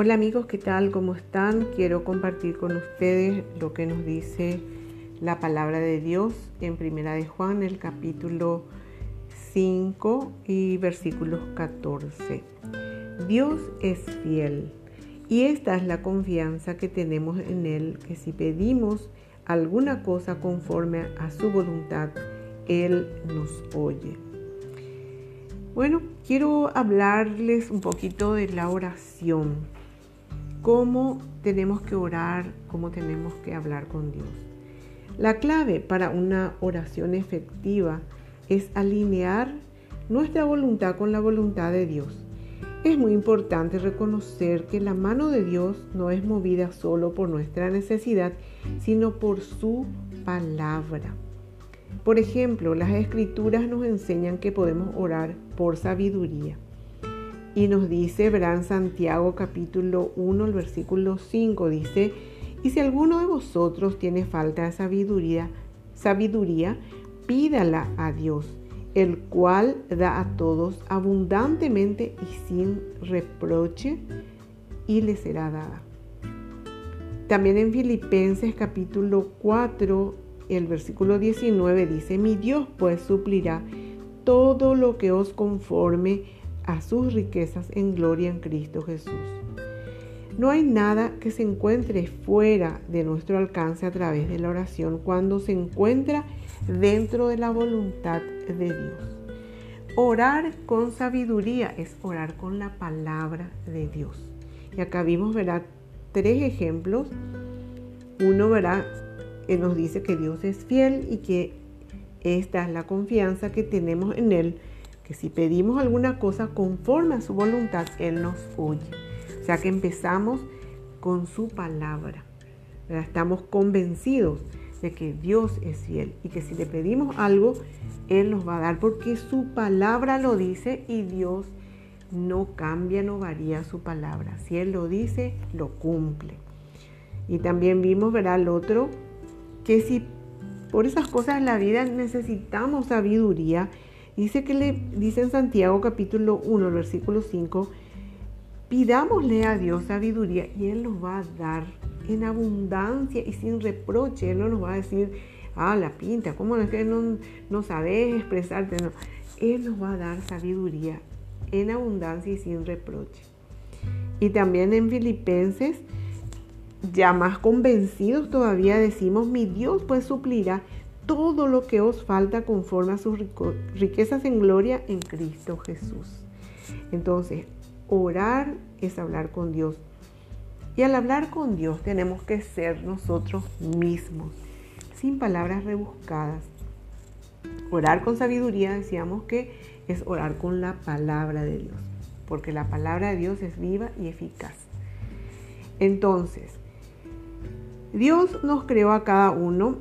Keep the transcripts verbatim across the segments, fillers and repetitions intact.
Hola amigos, ¿qué tal? ¿Cómo están? Quiero compartir con ustedes lo que nos dice la palabra de Dios en Primera de Juan, el capítulo cinco y versículos catorce. Dios es fiel y esta es la confianza que tenemos en Él, que si pedimos alguna cosa conforme a su voluntad, Él nos oye. Bueno, quiero hablarles un poquito de la oración. Cómo tenemos que orar, cómo tenemos que hablar con Dios. La clave para una oración efectiva es alinear nuestra voluntad con la voluntad de Dios. Es muy importante reconocer que la mano de Dios no es movida solo por nuestra necesidad, sino por su palabra. Por ejemplo, las Escrituras nos enseñan que podemos orar por sabiduría. Y nos dice, verán, Santiago capítulo uno, el versículo cinco, dice, y si alguno de vosotros tiene falta de sabiduría, sabiduría, pídala a Dios, el cual da a todos abundantemente y sin reproche, y le será dada. También en Filipenses capítulo cuatro, el versículo diecinueve dice, mi Dios pues suplirá todo lo que os conforme a sus riquezas en gloria en Cristo Jesús. No hay nada que se encuentre fuera de nuestro alcance a través de la oración cuando se encuentra dentro de la voluntad de Dios. Orar con sabiduría es orar con la palabra de Dios. Y acá vimos, verá, tres ejemplos. Uno, verá, que nos dice que Dios es fiel y que esta es la confianza que tenemos en Él, que si pedimos alguna cosa conforme a su voluntad, Él nos oye. O sea que empezamos con su palabra, ¿verdad? Estamos convencidos de que Dios es fiel y que si le pedimos algo, Él nos va a dar porque su palabra lo dice y Dios no cambia, no varía su palabra. Si Él lo dice, lo cumple. Y también vimos, ¿verdad?, el otro, que si por esas cosas en la vida necesitamos sabiduría, dice que le dice en Santiago capítulo uno, el versículo cinco, pidámosle a Dios sabiduría y Él nos va a dar en abundancia y sin reproche. Él no nos va a decir, ah, la pinta, ¿cómo es que no, no sabes expresarte? No. Él nos va a dar sabiduría en abundancia y sin reproche. Y también en Filipenses, ya más convencidos todavía decimos, mi Dios pues suplirá todo lo que os falta conforme a sus riquezas en gloria en Cristo Jesús. Entonces, orar es hablar con Dios. Y al hablar con Dios tenemos que ser nosotros mismos, sin palabras rebuscadas. Orar con sabiduría, decíamos que es orar con la palabra de Dios, porque la palabra de Dios es viva y eficaz. Entonces, Dios nos creó a cada uno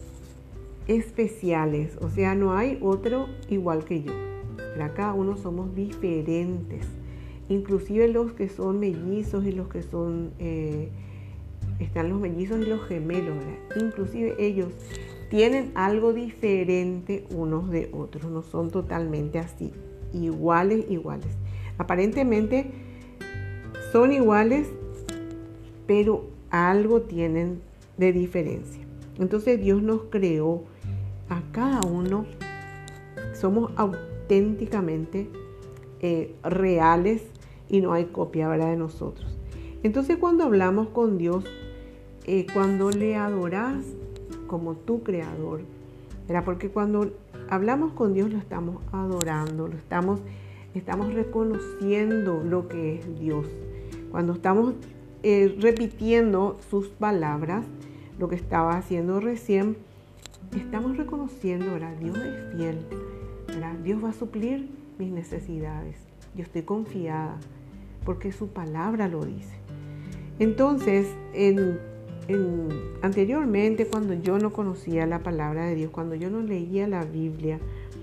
especiales, o sea, no hay otro igual que yo. Para cada uno somos diferentes, inclusive los que son mellizos y los que son, eh, están los mellizos y los gemelos, ¿verdad? Inclusive ellos tienen algo diferente unos de otros, no son totalmente así, iguales, iguales. Aparentemente son iguales, pero algo tienen de diferencia. Entonces Dios nos creó a cada uno, somos auténticamente eh, reales y no hay copia, ¿verdad?, de nosotros. Entonces cuando hablamos con Dios, eh, cuando le adorás como tu creador, ¿verdad? Porque cuando hablamos con Dios lo estamos adorando, lo estamos, estamos reconociendo lo que es Dios. Cuando estamos eh, repitiendo sus palabras, lo que estaba haciendo recién, estamos reconociendo, ¿verdad? Dios es fiel, ¿verdad? Dios va a suplir mis necesidades. Yo estoy confiada porque su palabra lo dice. Entonces, en, en, anteriormente, cuando yo no conocía la palabra de Dios, cuando yo no leía la Biblia,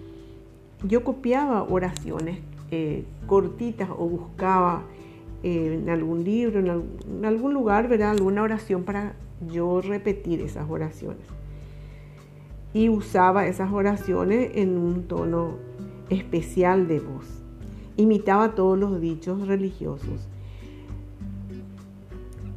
yo copiaba oraciones eh, cortitas o buscaba eh, en algún libro, en, algún, en algún lugar, ¿verdad?, alguna oración para yo repetir esas oraciones. Y usaba esas oraciones en un tono especial de voz. Imitaba todos los dichos religiosos.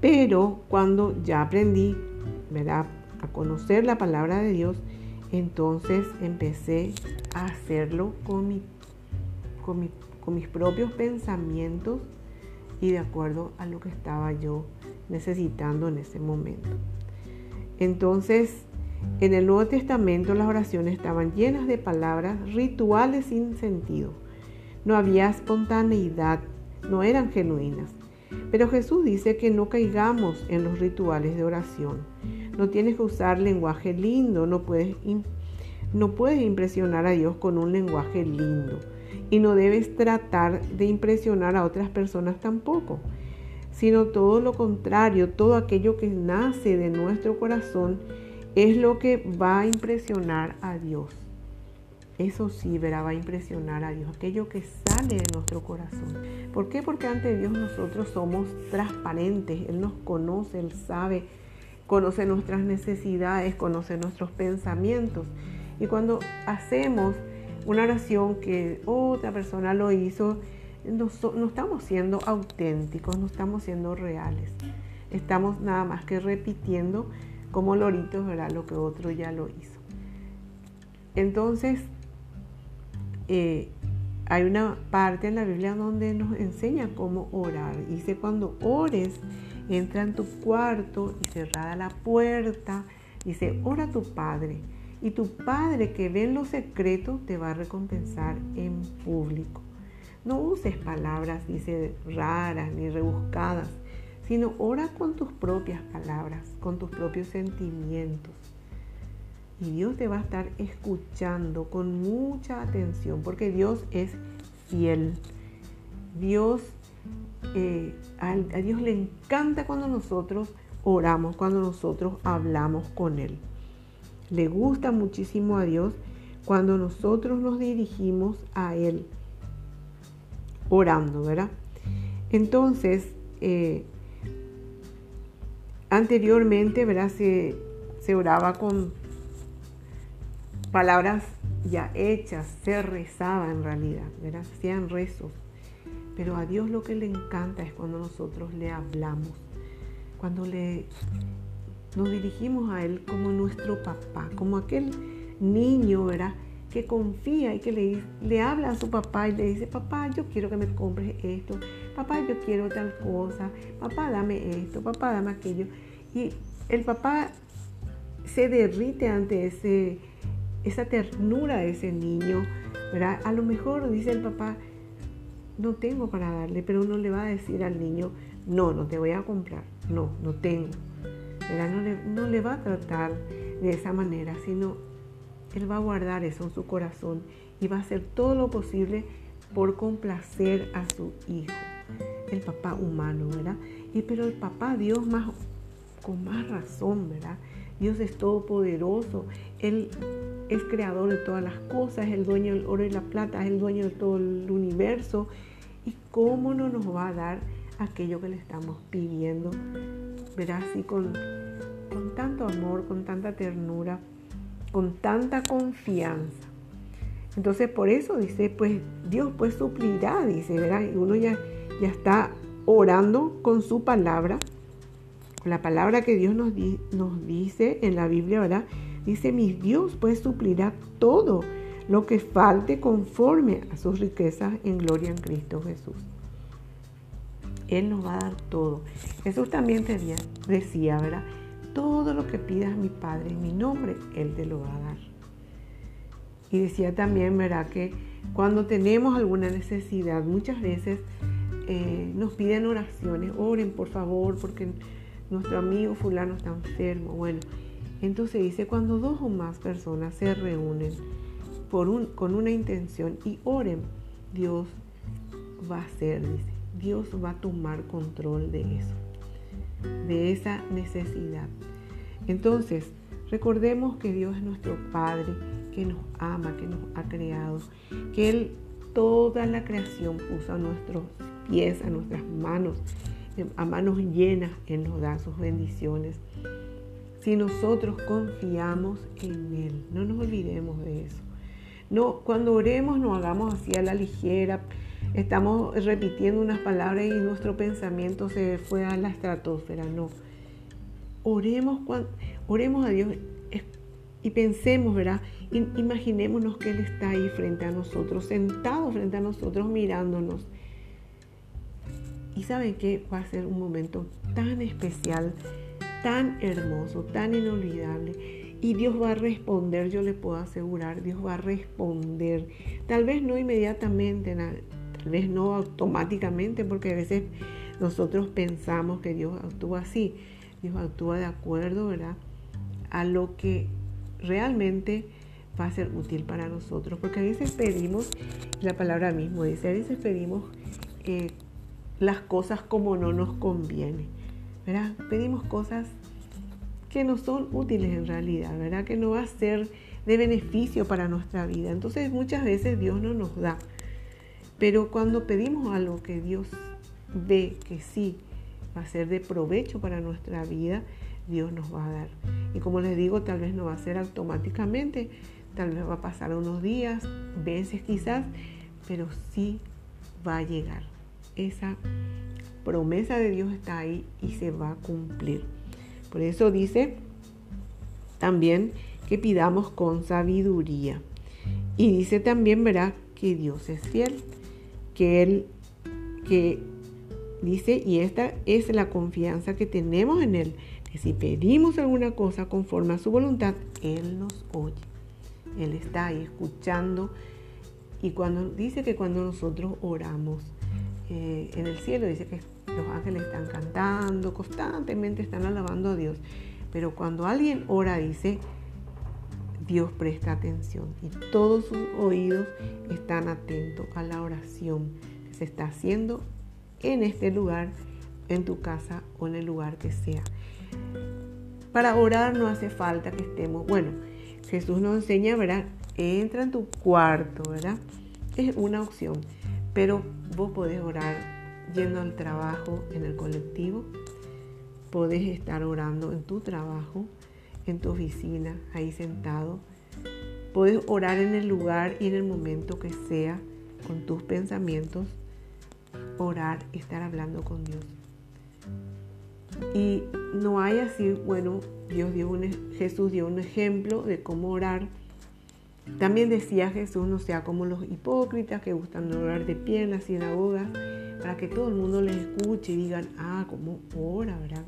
Pero cuando ya aprendí, ¿verdad?, a conocer la palabra de Dios, entonces empecé a hacerlo con, mi, con, mi, con mis propios pensamientos y de acuerdo a lo que estaba yo necesitando en ese momento. Entonces, en el Nuevo Testamento las oraciones estaban llenas de palabras rituales sin sentido. No había espontaneidad, no eran genuinas. Pero Jesús dice que no caigamos en los rituales de oración. No tienes que usar lenguaje lindo, no puedes, no puedes impresionar a Dios con un lenguaje lindo. Y no debes tratar de impresionar a otras personas tampoco, sino todo lo contrario, todo aquello que nace de nuestro corazón es lo que va a impresionar a Dios. Eso sí, verá, va a impresionar a Dios, aquello que sale de nuestro corazón. ¿Por qué? Porque ante Dios nosotros somos transparentes. Él nos conoce, Él sabe, conoce nuestras necesidades, conoce nuestros pensamientos. Y cuando hacemos una oración que otra persona lo hizo, no, no estamos siendo auténticos, no estamos siendo reales. Estamos nada más que repitiendo como loritos, ¿verdad?, lo que otro ya lo hizo. Entonces, eh, hay una parte en la Biblia donde nos enseña cómo orar. Dice, cuando ores, entra en tu cuarto y cerrada la puerta, dice, ora a tu Padre. Y tu Padre que ve en lo secreto te va a recompensar en público. No uses palabras, dice, raras ni rebuscadas, sino ora con tus propias palabras, con tus propios sentimientos. Y Dios te va a estar escuchando con mucha atención, porque Dios es fiel. Dios, eh, a, a Dios le encanta cuando nosotros oramos, cuando nosotros hablamos con Él. Le gusta muchísimo a Dios cuando nosotros nos dirigimos a Él orando, ¿verdad? Entonces, eh, anteriormente, ¿verdad?, se, se oraba con palabras ya hechas, se rezaba en realidad, ¿verdad? Se hacían rezos. Pero a Dios lo que le encanta es cuando nosotros le hablamos, cuando le, nos dirigimos a Él como nuestro papá, como aquel niño, ¿verdad?, que confía y que le, le habla a su papá y le dice, papá, yo quiero que me compres esto, papá, yo quiero tal cosa, papá, dame esto, papá, dame aquello. Y el papá se derrite ante ese, esa ternura de ese niño, ¿verdad? A lo mejor dice el papá, no tengo para darle, pero uno le va a decir al niño, no, no te voy a comprar, no, no tengo, ¿verdad? No le, no le va a tratar de esa manera, sino Él va a guardar eso en su corazón y va a hacer todo lo posible por complacer a su hijo, el papá humano, ¿verdad? Y pero el papá Dios más, con más razón, ¿verdad? Dios es todopoderoso, Él es creador de todas las cosas, es el dueño del oro y la plata, es el dueño de todo el universo. ¿Y cómo no nos va a dar aquello que le estamos pidiendo, ¿verdad? Así con, con tanto amor, con tanta ternura, con tanta confianza. Entonces, por eso dice, pues Dios pues suplirá, dice, ¿verdad? Y uno ya, ya está orando con su palabra, con la palabra que Dios nos, di, nos dice en la Biblia, ¿verdad? Dice, mi Dios pues suplirá todo lo que falte conforme a sus riquezas en gloria en Cristo Jesús. Él nos va a dar todo. Jesús también te decía, ¿verdad? Todo lo que pidas a mi Padre en mi nombre, Él te lo va a dar. Y decía también, ¿verdad?, que cuando tenemos alguna necesidad, muchas veces eh, nos piden oraciones, oren por favor, porque nuestro amigo fulano está enfermo. Bueno, entonces dice, cuando dos o más personas se reúnen por un, con una intención y oren, Dios va a hacer, dice, Dios va a tomar control de eso, de esa necesidad. Entonces, recordemos que Dios es nuestro Padre, que nos ama, que nos ha creado, que Él toda la creación puso a nuestros pies, a nuestras manos, a manos llenas, Él nos da sus bendiciones. Si nosotros confiamos en Él, no nos olvidemos de eso. No, cuando oremos no hagamos así a la ligera, estamos repitiendo unas palabras y nuestro pensamiento se fue a la estratosfera. No. Oremos, oremos a Dios y pensemos, ¿verdad? Imaginémonos que Él está ahí frente a nosotros, sentado frente a nosotros, mirándonos. Y ¿saben qué? Va a ser un momento tan especial, tan hermoso, tan inolvidable. Y Dios va a responder, yo le puedo asegurar, Dios va a responder. Tal vez no inmediatamente, tal vez no automáticamente, porque a veces nosotros pensamos que Dios actúa así. Dios actúa de acuerdo, ¿verdad?, a lo que realmente va a ser útil para nosotros. Porque a veces pedimos, la palabra mismo dice, a veces pedimos eh, las cosas como no nos conviene, ¿verdad? Pedimos cosas que no son útiles en realidad, ¿verdad? Que no va a ser de beneficio para nuestra vida. Entonces muchas veces Dios no nos da. Pero cuando pedimos algo que Dios ve que sí va a ser de provecho para nuestra vida, Dios nos va a dar. Y como les digo, tal vez no va a ser automáticamente, tal vez va a pasar unos días, meses quizás, pero sí va a llegar. Esa promesa de Dios está ahí y se va a cumplir. Por eso dice también que pidamos con sabiduría. Y dice también, ¿verdad?, que Dios es fiel, que Él, que dice, y esta es la confianza que tenemos en Él, que si pedimos alguna cosa conforme a su voluntad, Él nos oye. Él está ahí escuchando. Y cuando dice que cuando nosotros oramos, eh, en el cielo dice que los ángeles están cantando, constantemente están alabando a Dios. Pero cuando alguien ora, dice, Dios presta atención y todos sus oídos están atentos a la oración que se está haciendo en este lugar, en tu casa o en el lugar que sea. Para orar no hace falta que estemos, bueno, Jesús nos enseña, ¿verdad? Entra en tu cuarto, ¿verdad? Es una opción, pero vos podés orar yendo al trabajo en el colectivo, podés estar orando en tu trabajo, en tu oficina, ahí sentado. Podés orar en el lugar y en el momento que sea, con tus pensamientos, orar, estar hablando con Dios. Y no hay así, bueno, Dios dio un, Jesús dio un ejemplo de cómo orar. También decía Jesús, no sea como los hipócritas que gustan orar de pie en las sinagogas, para que todo el mundo les escuche y digan, ah, cómo ora, ¿verdad?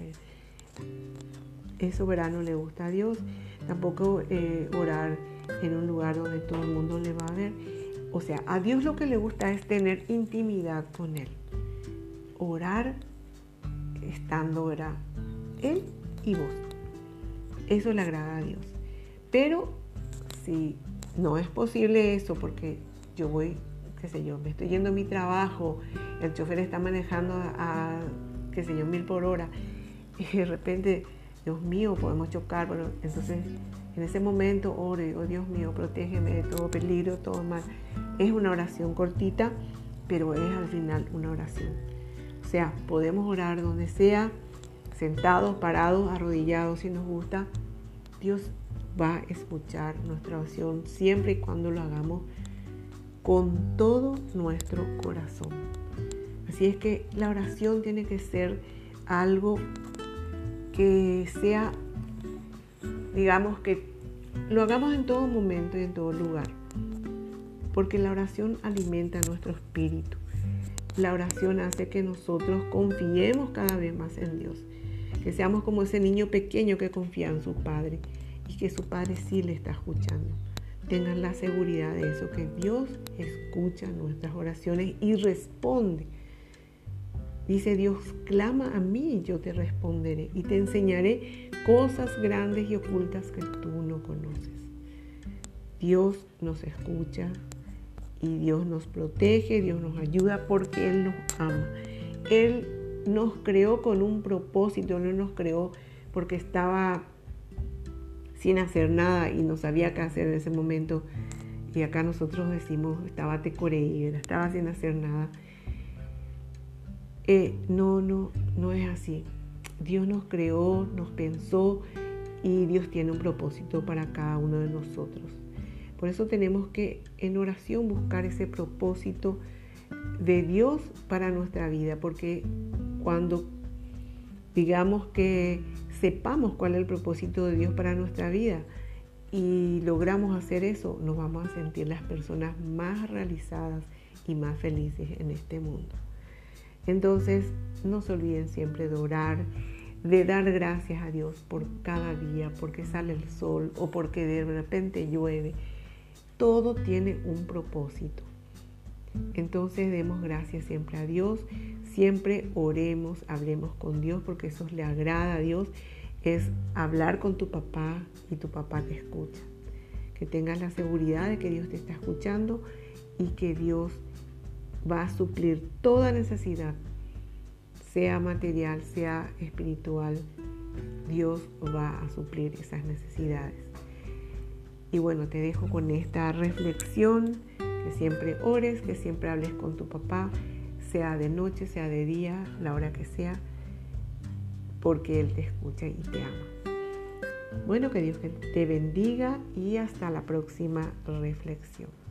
Eso, ¿verdad?, no le gusta a Dios. Tampoco eh, orar en un lugar donde todo el mundo le va a ver. O sea, a Dios lo que le gusta es tener intimidad con Él. Orar estando, ¿verdad?, Él y vos. Eso le agrada a Dios. Pero si no es posible eso, porque yo voy, qué sé yo, me estoy yendo a mi trabajo, el chofer está manejando a, a qué sé yo, mil por hora, y de repente, Dios mío, podemos chocar. Bueno, entonces en ese momento ore, oh Dios mío, protégeme de todo peligro, todo mal. Es una oración cortita, pero es al final una oración. O sea, podemos orar donde sea, sentados, parados, arrodillados, si nos gusta. Dios va a escuchar nuestra oración siempre y cuando lo hagamos con todo nuestro corazón. Así es que la oración tiene que ser algo que sea, digamos, que lo hagamos en todo momento y en todo lugar, porque la oración alimenta nuestro espíritu. La oración hace que nosotros confiemos cada vez más en Dios, que seamos como ese niño pequeño que confía en su padre y que su padre sí le está escuchando. Tengan la seguridad de eso, que Dios escucha nuestras oraciones y responde. Dice Dios, clama a mí y yo te responderé y te enseñaré cosas grandes y ocultas que tú no conoces. Dios nos escucha y Dios nos protege, Dios nos ayuda porque Él nos ama. Él nos creó con un propósito, no nos creó porque estaba sin hacer nada y no sabía qué hacer en ese momento. Y acá nosotros decimos, estaba tecoreída, estaba sin hacer nada. Eh, no, no, no es así. Dios nos creó, nos pensó y Dios tiene un propósito para cada uno de nosotros. Por eso tenemos que en oración buscar ese propósito de Dios para nuestra vida, porque cuando digamos que sepamos cuál es el propósito de Dios para nuestra vida y logramos hacer eso, nos vamos a sentir las personas más realizadas y más felices en este mundo. Entonces, no se olviden siempre de orar, de dar gracias a Dios por cada día, porque sale el sol o porque de repente llueve. Todo tiene un propósito. Entonces, demos gracias siempre a Dios, siempre oremos, hablemos con Dios, porque eso le agrada a Dios, es hablar con tu papá y tu papá te escucha. Que tengas la seguridad de que Dios te está escuchando y que Dios va a suplir toda necesidad, sea material, sea espiritual. Dios va a suplir esas necesidades. Y bueno, te dejo con esta reflexión, que siempre ores, que siempre hables con tu papá, sea de noche, sea de día, la hora que sea, porque Él te escucha y te ama. Bueno, que Dios te bendiga y hasta la próxima reflexión.